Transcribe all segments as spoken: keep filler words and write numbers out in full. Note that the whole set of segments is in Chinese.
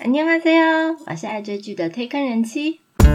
안녕하세요，我是爱追剧的推坑人妻。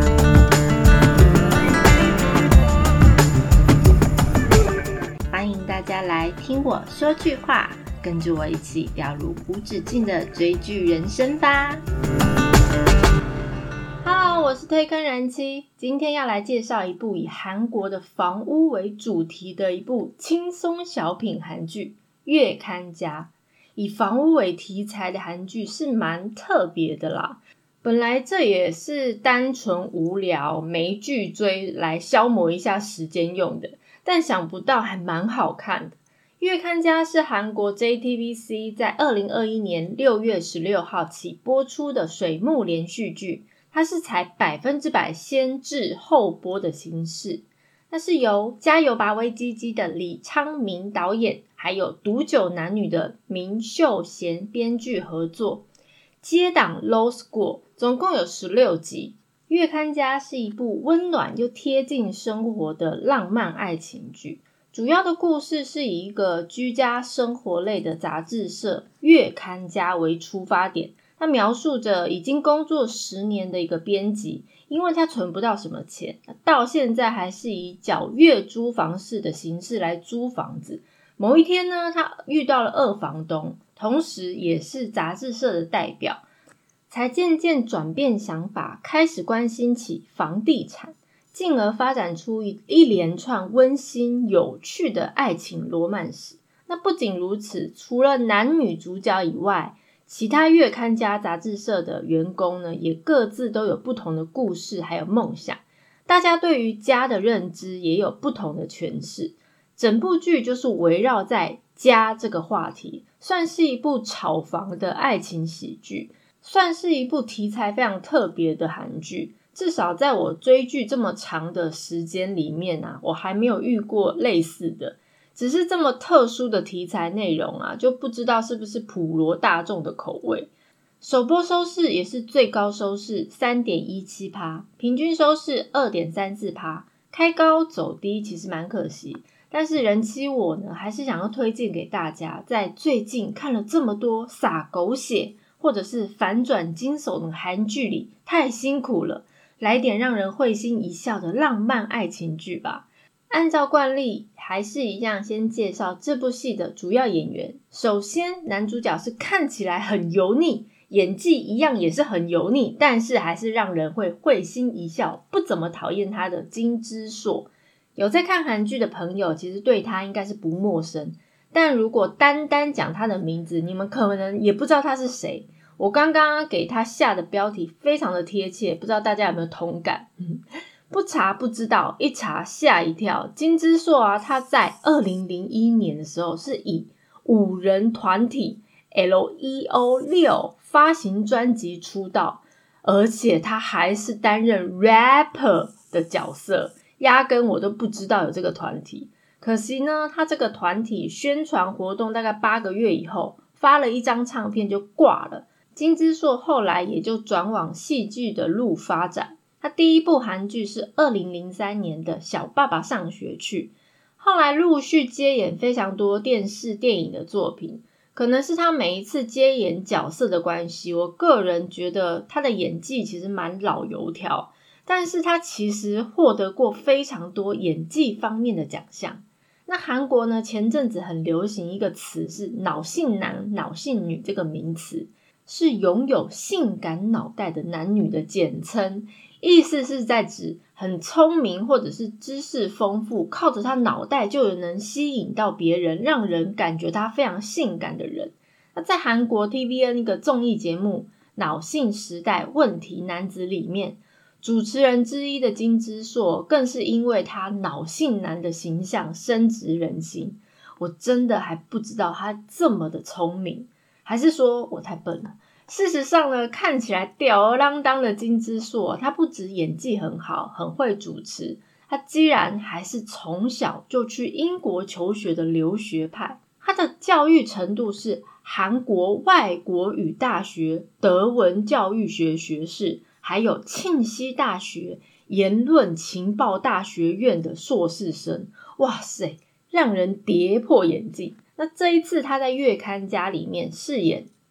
欢迎大家来听我说句话，跟着我一起掉入无止境的追剧人生吧。Hello， 我是推坑人妻，今天要来介绍一部以韩国的房屋为主题的一部轻松小品韩剧《月刊家》。以房屋为题材的韩剧是蛮特别的啦，本来这也是单纯无聊没剧追来消磨一下时间用的，但想不到还蛮好看的。月刊家是韩国 J T V C 在二零二一年六月十六号起播出的水木连续剧，它是采百分之百先制后播的形式。那是由加油吧微鸡鸡的李昌明导演，还有毒酒男女的明秀贤编剧合作，接档 Law School， 总共有十六集。月刊家是一部温暖又贴近生活的浪漫爱情剧，主要的故事是以一个居家生活类的杂志社月刊家为出发点，它描述着已经工作十年的一个编辑，因为他存不到什么钱，到现在还是以缴月租房式的形式来租房子。某一天呢，他遇到了二房东，同时也是杂志社的代表，才渐渐转变想法，开始关心起房地产，进而发展出一一连串温馨有趣的爱情罗曼史。那不仅如此，除了男女主角以外，其他月刊家杂志社的员工呢，也各自都有不同的故事还有梦想，大家对于家的认知也有不同的诠释。整部剧就是围绕在家这个话题，算是一部炒房的爱情喜剧，算是一部题材非常特别的韩剧。至少在我追剧这么长的时间里面啊，我还没有遇过类似的。只是这么特殊的题材内容啊，就不知道是不是普罗大众的口味。首播收视也是最高收视 百分之三点一七， 平均收视 百分之二点三四， 开高走低其实蛮可惜。但是人妻我呢，还是想要推荐给大家，在最近看了这么多洒狗血或者是反转惊悚的韩剧里，太辛苦了，来点让人会心一笑的浪漫爱情剧吧。按照惯例，还是一样先介绍这部戏的主要演员。首先，男主角是看起来很油腻，演技一样也是很油腻，但是还是让人会会心一笑，不怎么讨厌他的金智硕。有在看韩剧的朋友，其实对他应该是不陌生，但如果单单讲他的名字，你们可能也不知道他是谁。我刚刚给他下的标题非常的贴切，不知道大家有没有同感？不查不知道，一查吓一跳。金智硕啊，他在二零零一年的时候是以五人团体 L E O 六 发行专辑出道，而且他还是担任 rapper 的角色，压根我都不知道有这个团体。可惜呢，他这个团体宣传活动大概八个月以后，发了一张唱片就挂了。金智硕后来也就转往戏剧的路发展。他第一部韩剧是二零零三年的小爸爸上学去，后来陆续接演非常多电视电影的作品。可能是他每一次接演角色的关系，我个人觉得他的演技其实蛮老油条，但是他其实获得过非常多演技方面的奖项。那韩国呢，前阵子很流行一个词是脑性男脑性女，这个名词是拥有性感脑袋的男女的简称，意思是在指很聪明或者是知识丰富，靠着他脑袋就能吸引到别人，让人感觉他非常性感的人。那在韩国 T V N 一个综艺节目《脑性时代问题男子》里面，主持人之一的金智硕更是因为他脑性男的形象深植人心。我真的还不知道他这么的聪明，还是说我太笨了？事实上呢，看起来吊儿郎当的金智硕，他不止演技很好，很会主持，他居然还是从小就去英国求学的留学派。他的教育程度是韩国外国语大学德文教育学学士，还有庆熙大学言论情报大学院的硕士生。哇塞，让人跌破眼镜。那这一次他在月刊家里面饰演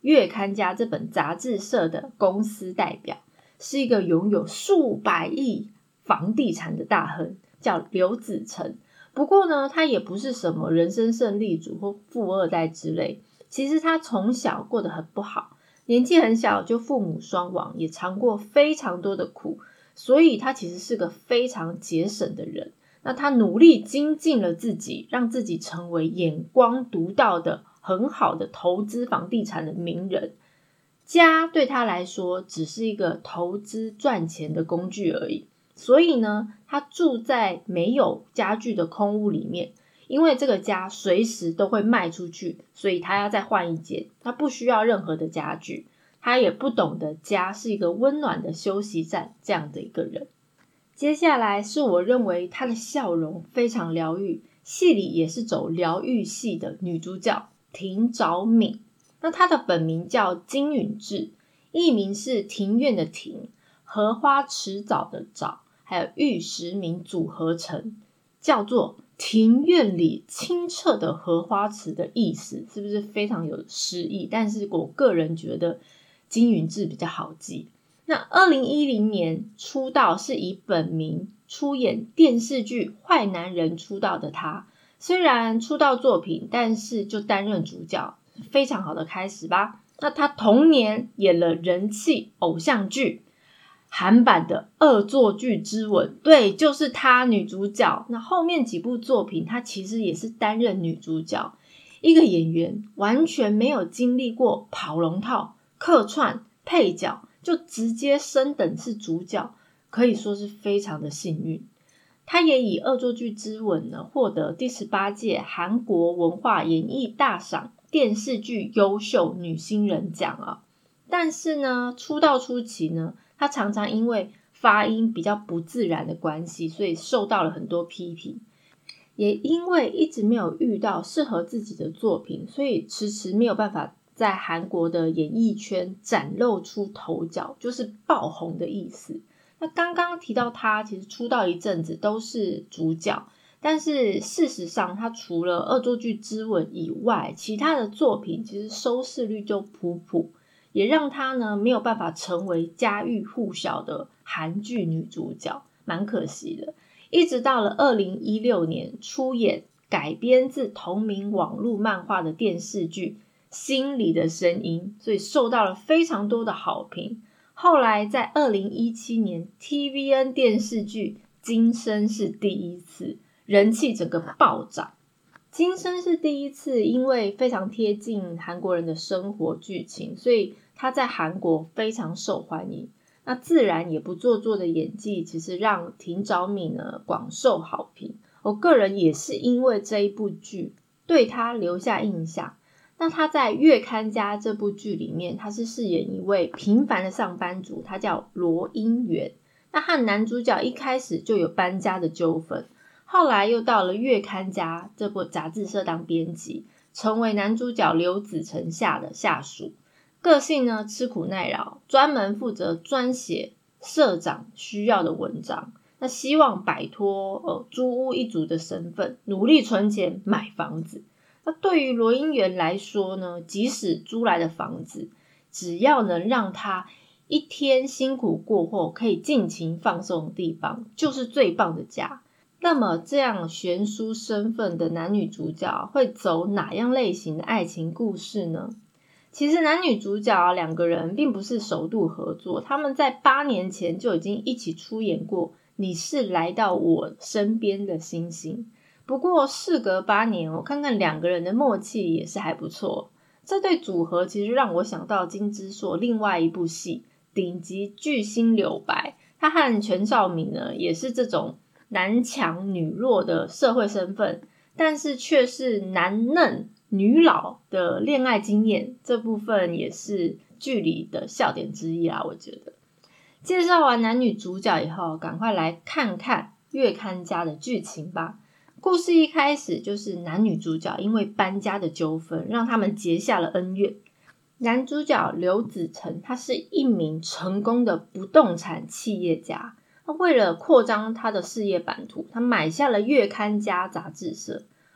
月刊家这本杂志社的公司代表，是一个拥有数百亿房地产的大亨，叫刘子成。不过呢，他也不是什么人生胜利组或富二代之类，其实他从小过得很不好，年纪很小就父母双亡，也尝过非常多的苦，所以他其实是个非常节省的人。那他努力精进了自己，让自己成为眼光独到的很好的投资房地产的名人。家对他来说只是一个投资赚钱的工具而已，所以呢，他住在没有家具的空屋里面，因为这个家随时都会卖出去，所以他要再换一间，他不需要任何的家具，他也不懂得家是一个温暖的休息站这样的一个人。接下来是我认为她的笑容非常疗愈，戏里也是走疗愈系的女主角庭沼敏。那她的本名叫金允智，艺名是庭院的庭，荷花池藻的藻，还有玉石名组合成，叫做庭院里清澈的荷花池的意思，是不是非常有诗意？但是我个人觉得金允智比较好记。那二零一零年出道，是以本名出演电视剧《坏男人》出道的他，虽然出道作品，但是就担任主角，非常好的开始吧。那他同年演了人气偶像剧韩版的《恶作剧之吻》，对，就是他女主角。那后面几部作品他其实也是担任女主角。一个演员完全没有经历过跑龙套、客串、配角，就直接升等是主角，可以说是非常的幸运。他也以《恶作剧之吻》呢获得第十八届韩国文化演艺大赏电视剧优秀女新人奖啊。但是呢，出道初期呢，他常常因为发音比较不自然的关系，所以受到了很多批评。也因为一直没有遇到适合自己的作品，所以迟迟没有办法在韩国的演艺圈崭露出头角，就是爆红的意思。那刚刚提到他其实出道一阵子都是主角，但是事实上他除了《恶作剧之吻》以外，其他的作品其实收视率就普普，也让他呢没有办法成为家喻户晓的韩剧女主角，蛮可惜的。一直到了二零一六年出演改编自同名网络漫画的电视剧《心里的声音》，所以受到了非常多的好评。后来在二零一七年 T V N 电视剧《今生是第一次》，人气整个暴涨。今生是第一次因为非常贴近韩国人的生活剧情，所以他在韩国非常受欢迎。那自然也不做作的演技，其实让庭沼敏呢广受好评。我个人也是因为这一部剧对他留下印象。那他在《月刊家》这部剧里面，他是饰演一位平凡的上班族，他叫罗英元。那和男主角一开始就有搬家的纠纷，后来又到了《月刊家》这部杂志社当编辑，成为男主角刘子成下的下属。个性呢吃苦耐劳，专门负责专写社长需要的文章。那希望摆脱呃租屋一族的身份，努力存钱买房子。那对于罗英元来说呢，即使租来的房子，只要能让他一天辛苦过后可以尽情放松的地方，就是最棒的家。那么这样悬殊身份的男女主角会走哪样类型的爱情故事呢？其实男女主角两个人并不是首度合作，他们在八年前就已经一起出演过《你是来到我身边的星星》。不过事隔八年，我看看两个人的默契也是还不错。这对组合其实让我想到金智硕另外一部戏《顶级巨星柳白》，他和全少敏呢也是这种男强女弱的社会身份，但是却是男嫩女老的恋爱经验，这部分也是剧里的笑点之一啦，我觉得。介绍完男女主角以后，赶快来看看月刊家的剧情吧。故事一开始就是男女主角因为搬家的纠纷，让他们结下了恩怨。男主角刘子成，他是一名成功的不动产企业家，他为了扩张他的事业版图，他买下了月刊家杂志社。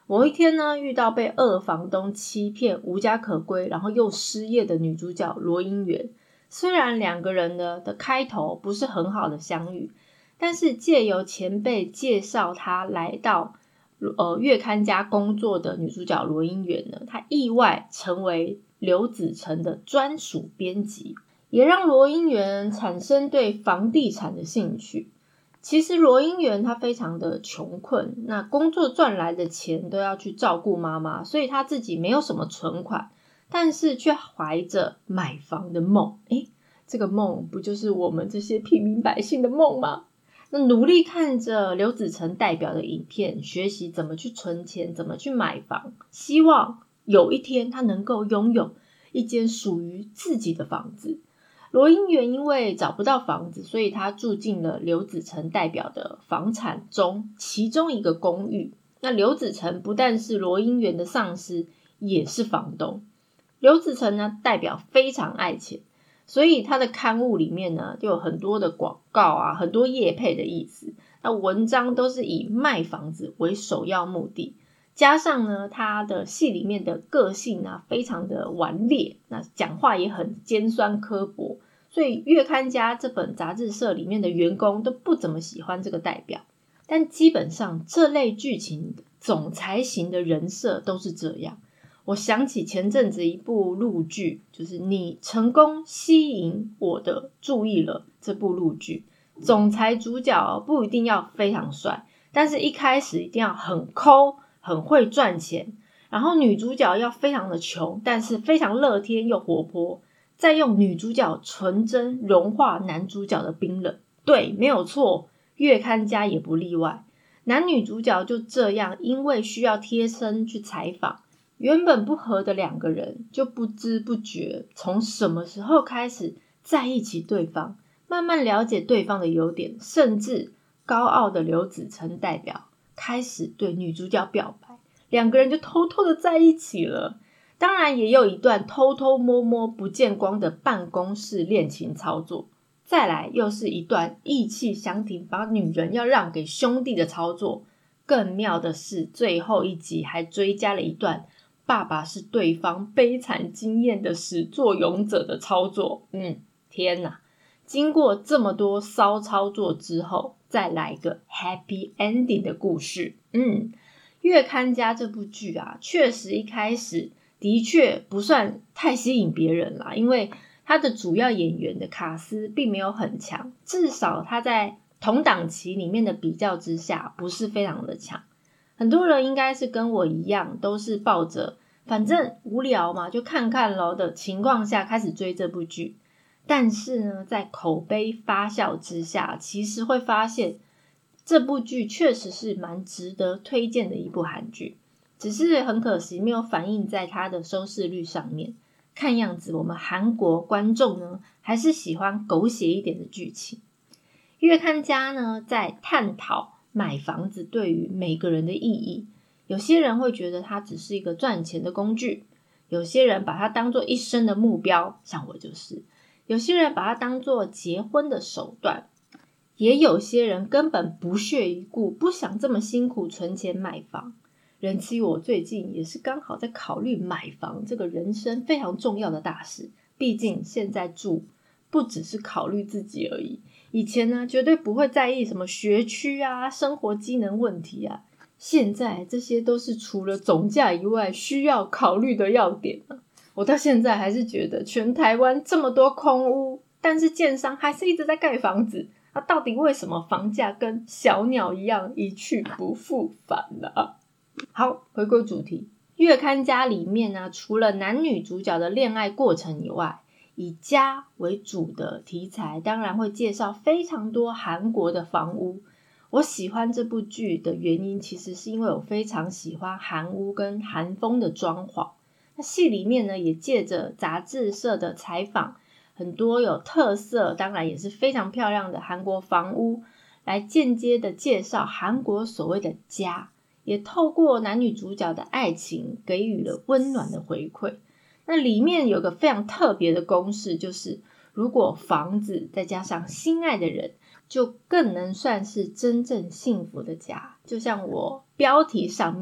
某一天呢，遇到被二房东欺骗无家可归，然后又失业的女主角罗英媛。虽然两个人呢的开头不是很好的相遇，但是借由前辈介绍她来到呃月刊家工作的女主角罗英媛呢，她意外成为刘子成的专属编辑，也让罗英媛产生对房地产的兴趣。其实罗英媛她非常的穷困，那工作赚来的钱都要去照顾妈妈，所以她自己没有什么存款，但是却怀着买房的梦。诶，这个梦不就是我们这些平民百姓的梦吗？那努力看着刘子成代表的影片，学习怎么去存钱，怎么去买房，希望有一天她能够拥有一间属于自己的房子。罗英媛因为找不到房子，所以她住进了刘子成代表的房产中其中一个公寓。那刘子成不但是罗英媛的上司，也是房东。刘子成呢，代表非常爱钱，所以他的刊物里面呢，就有很多的广告啊，很多业配的意思。那文章都是以卖房子为首要目的，加上呢，他的戏里面的个性啊，非常的顽劣，那讲话也很尖酸刻薄，所以月刊家这本杂志社里面的员工都不怎么喜欢这个代表。但基本上这类剧情总裁型的人设都是这样。我想起前阵子一部陆剧，就是你成功吸引我的注意了，这部陆剧总裁主角不一定要非常帅，但是一开始一定要很抠，很会赚钱，然后女主角要非常的穷，但是非常乐天又活泼，再用女主角纯真融化男主角的冰冷。对，没有错，月刊家也不例外。男女主角就这样，因为需要贴身去采访，原本不合的两个人就不知不觉从什么时候开始在一起对方，慢慢了解对方的优点，甚至高傲的刘子成代表开始对女主角表白，两个人就偷偷的在一起了。当然也有一段偷偷摸摸不见光的办公室恋情操作，再来又是一段义气相挺把女人要让给兄弟的操作。更妙的是最后一集还追加了一段爸爸是对方悲惨经验的始作俑者的操作。嗯，天哪，经过这么多骚操作之后，再来个 happy ending 的故事。嗯，月刊家这部剧啊，确实一开始的确不算太吸引别人啦，因为他的主要演员的卡司并没有很强，至少他在同档期里面的比较之下不是非常的强。很多人应该是跟我一样，都是抱着反正无聊嘛就看看咯的情况下开始追这部剧。但是呢，在口碑发酵之下，其实会发现这部剧确实是蛮值得推荐的一部韩剧，只是很可惜没有反映在它的收视率上面。看样子我们韩国观众呢，还是喜欢狗血一点的剧情。月刊家呢，在探讨买房子对于每个人的意义。有些人会觉得它只是一个赚钱的工具，有些人把它当作一生的目标，像我就是。有些人把它当作结婚的手段，也有些人根本不屑一顾，不想这么辛苦存钱买房。人妻我最近也是刚好在考虑买房这个人生非常重要的大事，毕竟现在住不只是考虑自己而已。以前呢，绝对不会在意什么学区啊、生活机能问题啊，现在这些都是除了总价以外需要考虑的要点啊。我到现在还是觉得全台湾这么多空屋，但是建商还是一直在盖房子，那、啊、到底为什么房价跟小鸟一样一去不复返了？好，回归主题，月刊家里面呢、啊，除了男女主角的恋爱过程以外，以家为主的题材当然会介绍非常多韩国的房屋。我喜欢这部剧的原因，其实是因为我非常喜欢韩屋跟韩风的装潢。那戏里面呢，也借着杂志社的采访，很多有特色，当然也是非常漂亮的韩国房屋，来间接的介绍韩国所谓的家，也透过男女主角的爱情给予了温暖的回馈。那里面有个非常特别的公式，就是如果房子再加上心爱的人，就更能算是真正幸福的家。就像我标题上面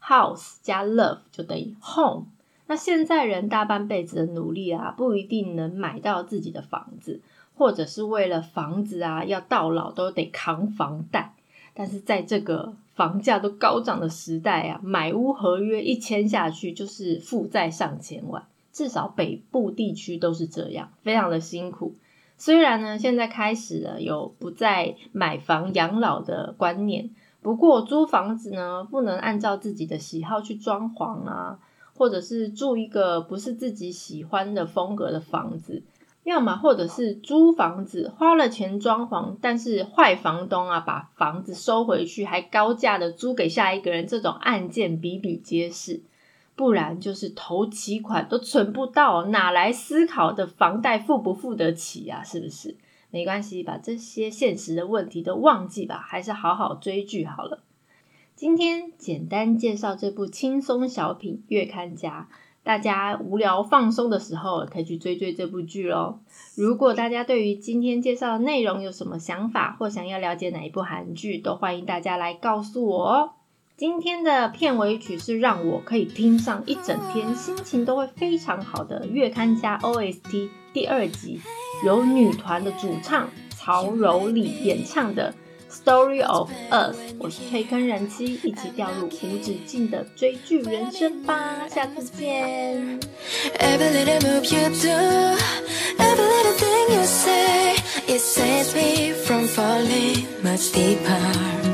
house 加 love 就等于 home。那现在人大半辈子的努力啊，不一定能买到自己的房子，或者是为了房子啊，要到老都得扛房贷。但是在这个房价都高涨的时代啊，买屋合约一签下去就是负债上千万，至少北部地区都是这样，非常的辛苦。虽然呢，现在开始了有不再买房养老的观念，不过租房子呢，不能按照自己的喜好去装潢啊，或者是住一个不是自己喜欢的风格的房子，要么或者是租房子花了钱装潢，但是坏房东啊把房子收回去，还高价的租给下一个人，这种案件比比皆是。不然就是头期款都存不到，哪来思考的房贷付不付得起啊？是不是？没关系，把这些现实的问题都忘记吧，还是好好追剧好了。今天简单介绍这部轻松小品《月刊家》，大家无聊放松的时候可以去追追这部剧咯。如果大家对于今天介绍的内容有什么想法，或想要了解哪一部韩剧，都欢迎大家来告诉我哦。今天的片尾曲是让我可以听上一整天，心情都会非常好的《月刊家 O S T》第二集，由女团的主唱曹柔里演唱的Story of Us。 我是推坑人妻，一起掉入无止境的追剧人生吧，下次見。 Every little move you do, every little thing you say, it saves me from falling much deeper.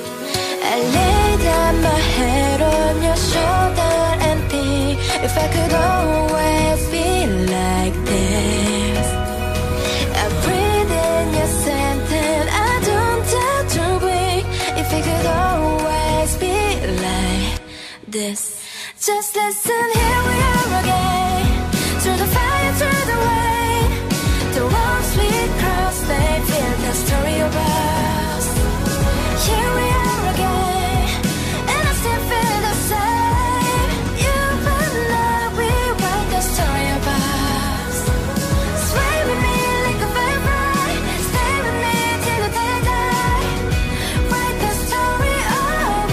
I lay down my head on your shoulder and think if I could always be like this. I breathe in your scent and I don't dare to blink if it could always be like this. Just listen, here we are again, through the fire, through the rain. The walls we cross, they feel the story of us. Here we are again, and I still feel the same. You and I, we write the story of us. Sway with me like a firefly, stay with me till the day I die. Write the story of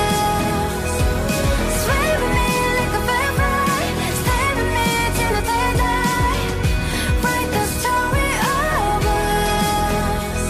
us. Sway with me like a firefly, stay with me till the day I die. Write the story of us.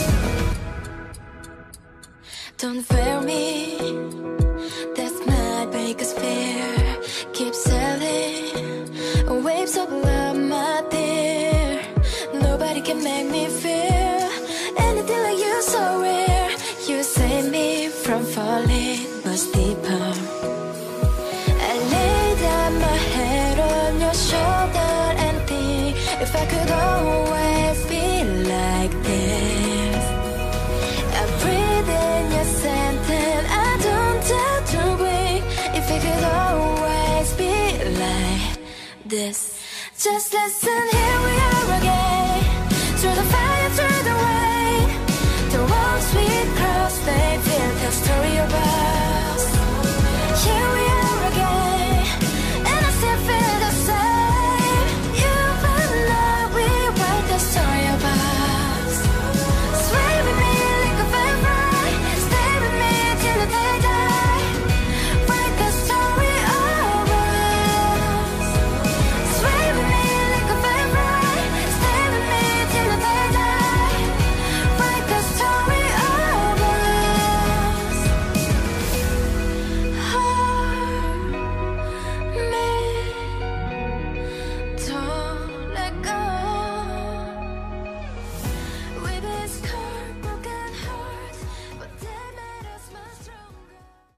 Don't fail me, that's my biggest fear. Keep sailing, waves of love, my dear. Nobody can make me feel anything like you, so rare. You save me from falling much deeper. I lay down my head on your shoulder and think if I could always be like this. I breathe in your scent and I don't dare to blink if it could always be like this. Just listen here.